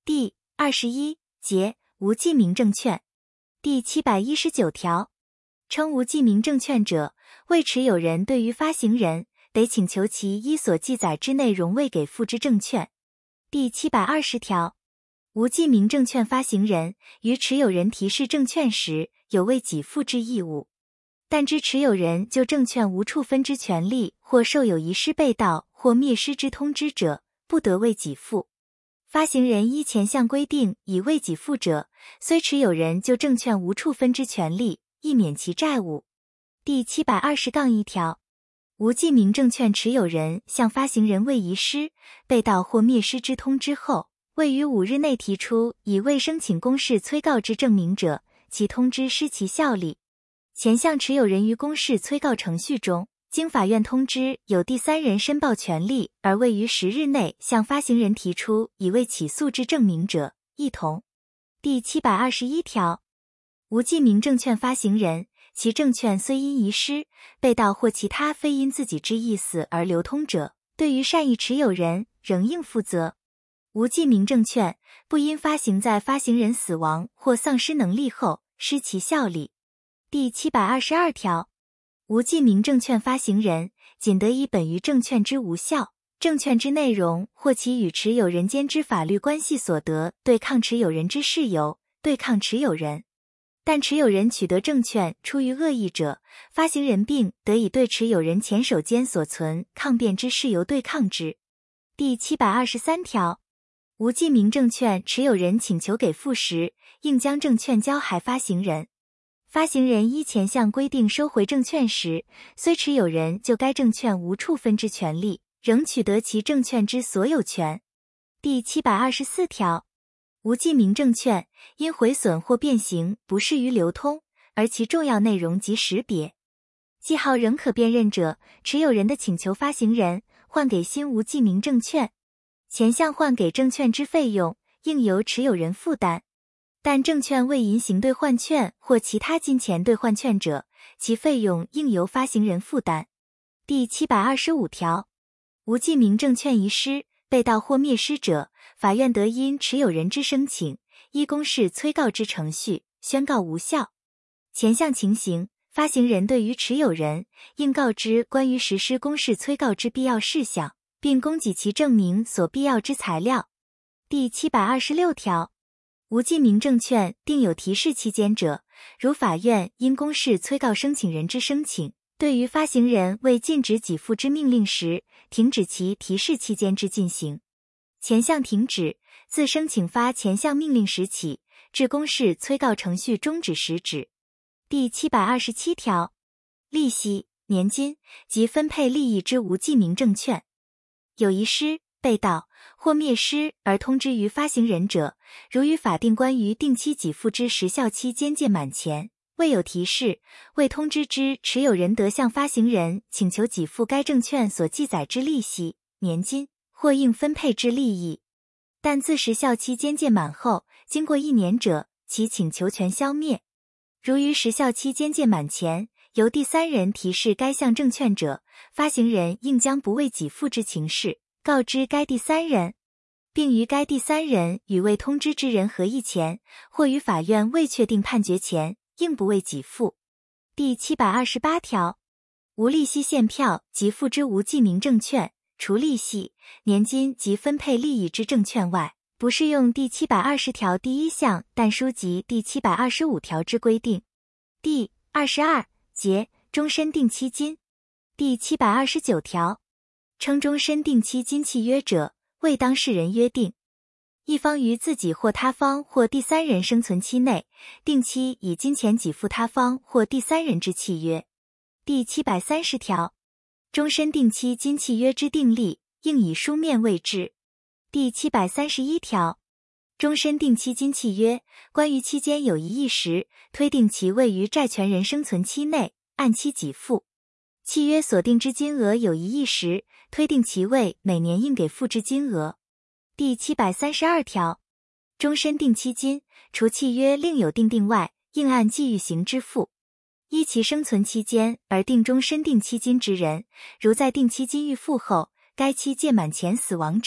第21节无记名证券第719条，称无记名证券者，为持有人对于发行人得请求其依所记载之内容未给付之证券。第720条，无记名证券发行人于持有人提示证券时有未给付之义务，但知持有人就证券无处分之权利或受有遗失被盗或灭失之通知者，不得未给付。发行人依前项规定已未给付者，虽持有人就证券无处分之权利，亦免其债务。第720-1条，无记名证券持有人向发行人未遗失、被盗或灭失之通知后，未于5日内提出以未申请公示催告之证明者，其通知失其效力。前项持有人于公示催告程序中，经法院通知有第三人申报权利而未于10日内向发行人提出以未起诉之证明者，亦同。第721条，无记名证券发行人，其证券虽因遗失、被盗或其他非因自己之意思而流通者，对于善意持有人仍应负责。无记名证券不因发行在发行人死亡或丧失能力后失其效力。第722条，无记名证券发行人仅得以本于证券之无效、证券之内容或其与持有人间之法律关系所得对抗持有人之事由，对抗持有人。但持有人取得证券出于恶意者，发行人并得以对持有人前手间所存抗辩之事由对抗之。第723条，无记名证券持有人请求给付时，应将证券交还发行人。发行人依前项规定收回证券时，虽持有人就该证券无处分之权利，仍取得其证券之所有权。第724条，无记名证券因毁损或变形不适于流通，而其重要内容及识别记号仍可辨认者，持有人的请求发行人换给新无记名证券。前项换给证券之费用应由持有人负担，但证券为银行兑换券或其他金钱兑换券者，其费用应由发行人负担。第725条，无记名证券遗失、被盗或灭失者，法院得因持有人之申请，依公示催告之程序，宣告无效。前项情形，发行人对于持有人应告知关于实施公示催告之必要事项，并供给其证明所必要之材料。第726条，无记名证券定有提示期间者，如法院因公示催告申请人之申请，对于发行人未禁止给付之命令时，停止其提示期间之进行。前项停止，自申请发前项命令时起，至公示催告程序终止时止。第727条，利息、年金及分配利益之无记名证券，有遗失、被盗或灭失而通知于发行人者，如于法定关于定期给付之时效期间届满前，未有提示，未通知之持有人得向发行人请求给付该证券所记载之利息、年金或应分配之利益。但自时效期间届满后，经过1年者，其请求权消灭。如于时效期间届满前，由第三人提示该项证券者，发行人应将不未给付之情事告知该第三人，并于该第三人与未通知之人合议前，或于法院未确定判决前，应不未给付。第728条，无利息现票及付之无记名证券，除利息、年金及分配利益之证券外，不适用第720条第1项但书及第725条之规定。第22节终身定期金第729条，称终身定期金契约者，为当事人约定，一方于自己或他方或第三人生存期内，定期以金钱给付他方或第三人之契约。第730条，终身定期金契约之订立，应以书面为之。第731条，终身定期金契约，关于期间有异议时，推定其位于债权人生存期内，按期给付。契约所定之金额有异议时，推定其为每年应给付之金额。第732条，终身定期金，除契约另有订定外，应按季预行支付。依其生存期间而定终身定期金之人，如在定期金预付后，该期届满前死亡者，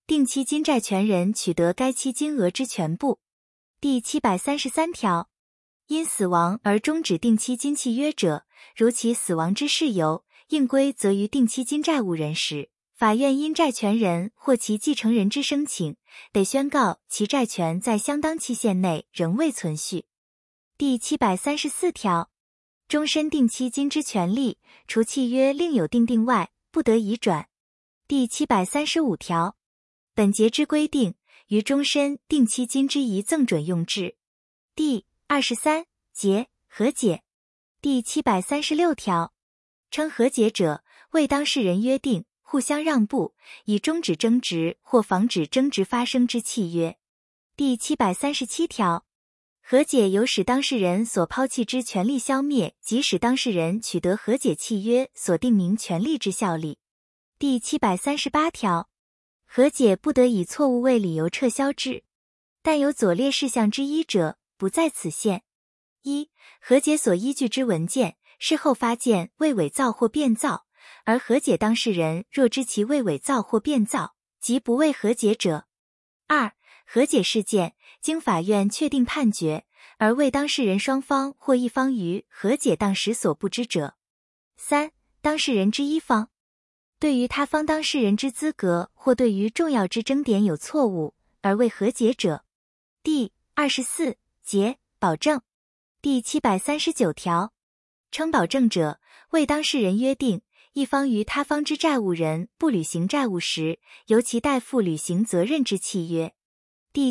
定期金债权人取得该期金额之全部。第733条，因死亡而终止定期金契约者，如其死亡之事由应归责于定期金债务人时，法院因债权人或其继承人之申请，得宣告其债权在相当期限内仍未存续。第734条，终身定期金之权利，除契约另有订定外，不得移转。第735条，本节之规定，于终身定期金之遗赠准用之。第23节和解。第736条，称和解者，为当事人约定互相让步，以终止争执或防止争执发生之契约。第737条，和解有使当事人所抛弃之权利消灭及使当事人取得和解契约所定明权利之效力。第738条，和解不得以错误为理由撤销之，但有左列事项之一者，不在此限。一、和解所依据之文件，事后发现为伪造或变造，而和解当事人若知其为伪造或变造，即不为和解者。二、和解事件经法院确定判决，而为当事人双方或一方于和解当时所不知者。三、当事人之一方对于他方当事人之资格或对于重要之争点有错误，而为和解者。第24节保证。第739条，称保证者，为当事人约定一方于他方之债务人不履行债务时，由其代负履行责任之契约。第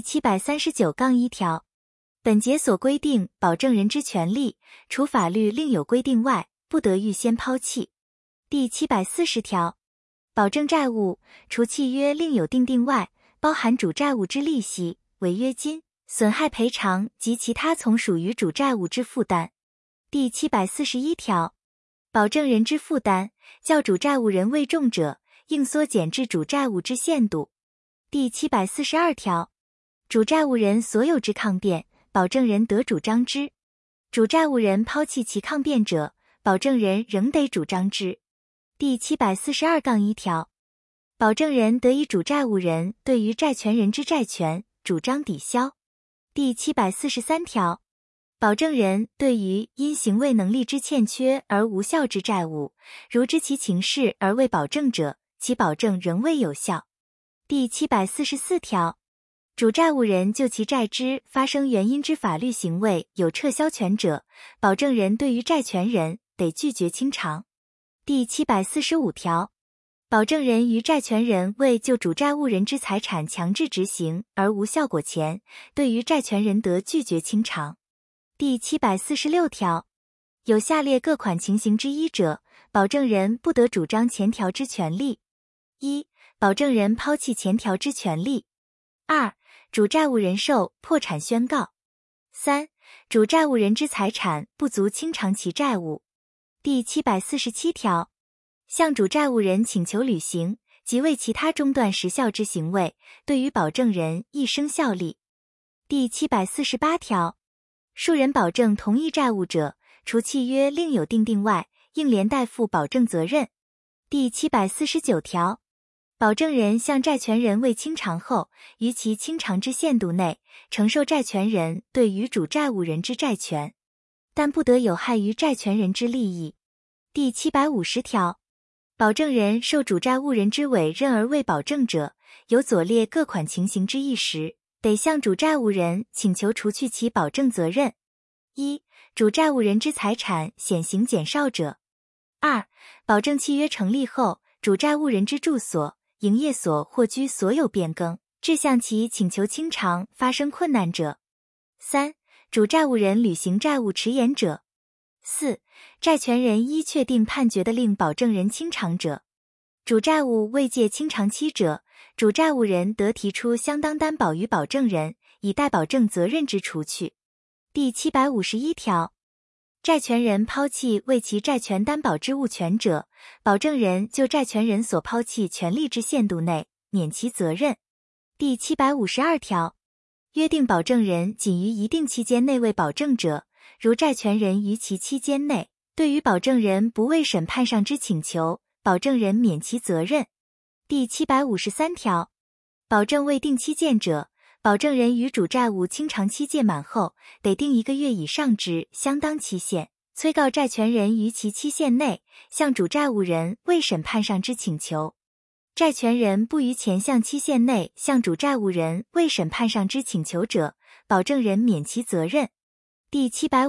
739-1条，本节所规定保证人之权利，除法律另有规定外，不得预先抛弃。第740条，保证债务，除契约另有订定外，包含主债务之利息、违约金、损害赔偿及其他从属于主债务之负担。第741条，保证人之负担，较主债务人为重者，应缩减至主债务之限度。第742条，主债务人所有之抗辩，保证人得主张之；主债务人抛弃其抗辩者，保证人仍得主张之。第742-1条，保证人得以主债务人对于债权人之债权主张抵销。第743条，保证人对于因行为能力之欠缺而无效之债务，如知其情事而为保证者，其保证仍未有效。第744条，主债务人就其债之发生原因之法律行为有撤销权者，保证人对于债权人得拒绝清偿。第745条，保证人于债权人为就主债务人之财产强制执行而无效果前，对于债权人得拒绝清偿。第746条，有下列各款情形之一者，保证人不得主张前条之权利。一、保证人抛弃前条之权利。二、主债务人受破产宣告。三、主债务人之财产不足清偿其债务。第747条，向主债务人请求履行及为其他中断时效之行为，对于保证人亦生效力。第748条，数人保证同一债务者，除契约另有订定外，应连带负保证责任。第749条，保证人向债权人未清偿后，于其清偿之限度内，承受债权人对于主债务人之债权，但不得有害于债权人之利益。第750条，保证人受主债务人之委任而为保证者，有左列各款情形之一时，得向主债务人请求除去其保证责任。一、主债务人之财产显行减少者。二、保证契约成立后，主债务人之住所、营业所或居所有变更，致向其请求清偿发生困难者。三、主债务人履行债务迟延者。四、债权人依确定判决的令保证人清偿者。主债务未届清偿期者，主债务人得提出相当担保于保证人，以代保证责任之除去。第751条，债权人抛弃为其债权担保之物权者，保证人就债权人所抛弃权利之限度内，免其责任。第752条，约定保证人仅于一定期间内为保证者，如债权人于其期间内，对于保证人不为审判上之请求，保证人免其责任。第753条， 保证未定期件者，保证人与主债务清偿期届满后，得定1个月以上之相当期限，催告债权人于其期限内向主债务人未审判上之请求。债权人不于前项期限内向主债务人未审判上之请求者，保证人免其责任。第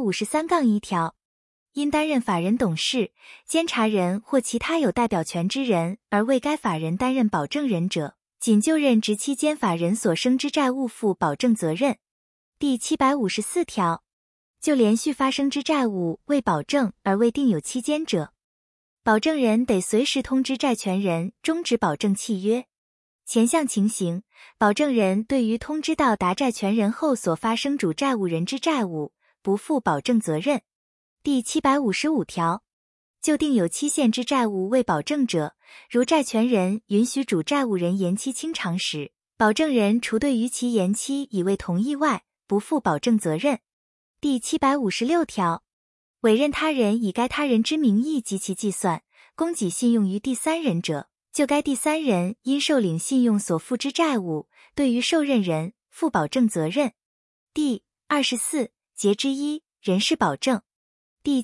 753-1条，因担任法人董事、监察人或其他有代表权之人而为该法人担任保证人者，仅就任职期间法人所生之债务负保证责任。第754条，就连续发生之债务为保证而未定有期间者，保证人得随时通知债权人终止保证契约。前项情形，保证人对于通知到达债权人后所发生主债务人之债务，不负保证责任。第755条，就定有期限之债务未保证者，如债权人允许主债务人延期清偿时，保证人除对于其延期已未同意外，不负保证责任。第756条，委任他人以该他人之名义及其计算、供给信用于第三人者，就该第三人因受领信用所负之债务，对于受任人负保证责任。第24节之一人事保证。第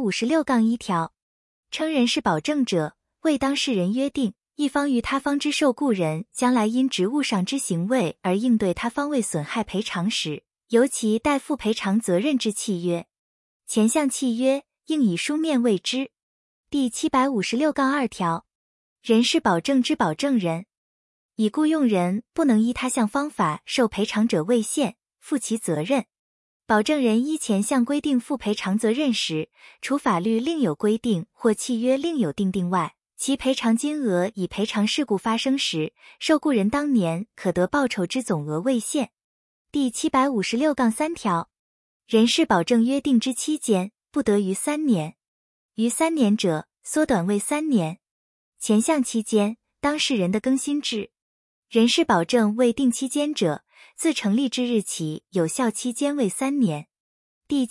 756-1条，称人事保证者，为当事人约定一方与他方之受雇人将来因职务上之行为而应对他方为损害赔偿时，由其代负赔偿责任之契约。前项契约应以书面为之。第756-2条，人事保证之保证人，以雇用人不能依他项方法受赔偿者为限，负其责任。保证人依前项规定负赔偿责任时，除法律另有规定或契约另有订定外，其赔偿金额以赔偿事故发生时受雇人当年可得报酬之总额为限。第756-3条，人事保证约定之期间不得逾3年，逾3年者缩短为3年。前项期间，当事人的更新制。人事保证未定期间者，自成立之日起有效期间为3年。第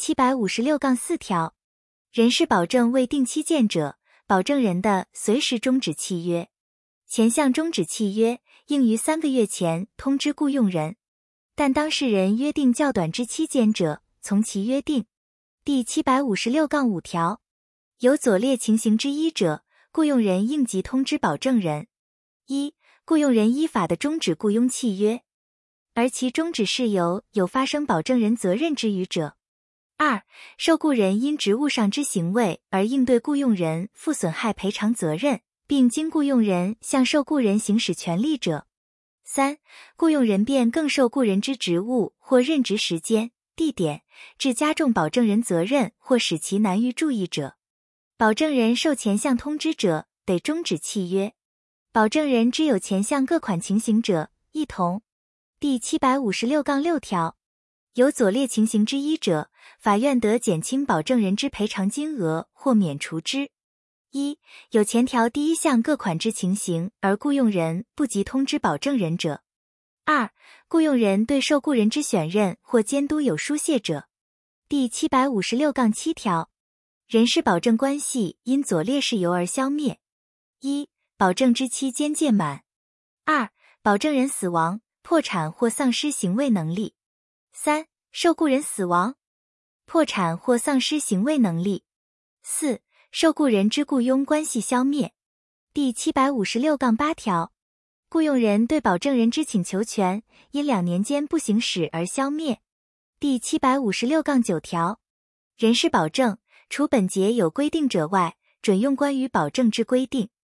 756-4条，人事保证未定期间者，保证人的随时终止契约。前项终止契约应于3个月前通知雇用人，但当事人约定较短之期间者，从其约定。第756-5条，有左列情形之一者，雇用人应即通知保证人：一、雇用人依法的终止雇佣契约，而其终止事由有发生保证人责任之余者；二、受雇人因职务上之行为而应对雇用人负损害赔偿责任，并经雇用人向受雇人行使权利者；三、雇用人变更受雇人之职务或任职时间、地点，致加重保证人责任或使其难于注意者。保证人受前项通知者，得终止契约。保证人知有前项各款情形者，一同。第756-6条，有左列情形之一者，法院得减轻保证人之赔偿金额或免除之：一、有前条第一项各款之情形而雇用人不及通知保证人者；二、雇用人对受雇人之选任或监督有疏泄者。第756-7条，人事保证关系因左列事由而消灭：一、保证之期间届满；二、保证人死亡、破产或丧失行为能力；三、受雇人死亡、破产或丧失行为能力；四、受雇人之雇佣关系消灭。第756-8条，雇用人对保证人之请求权因2年间不行使而消灭。第756-9条，人事保证除本节有规定者外，准用关于保证之规定。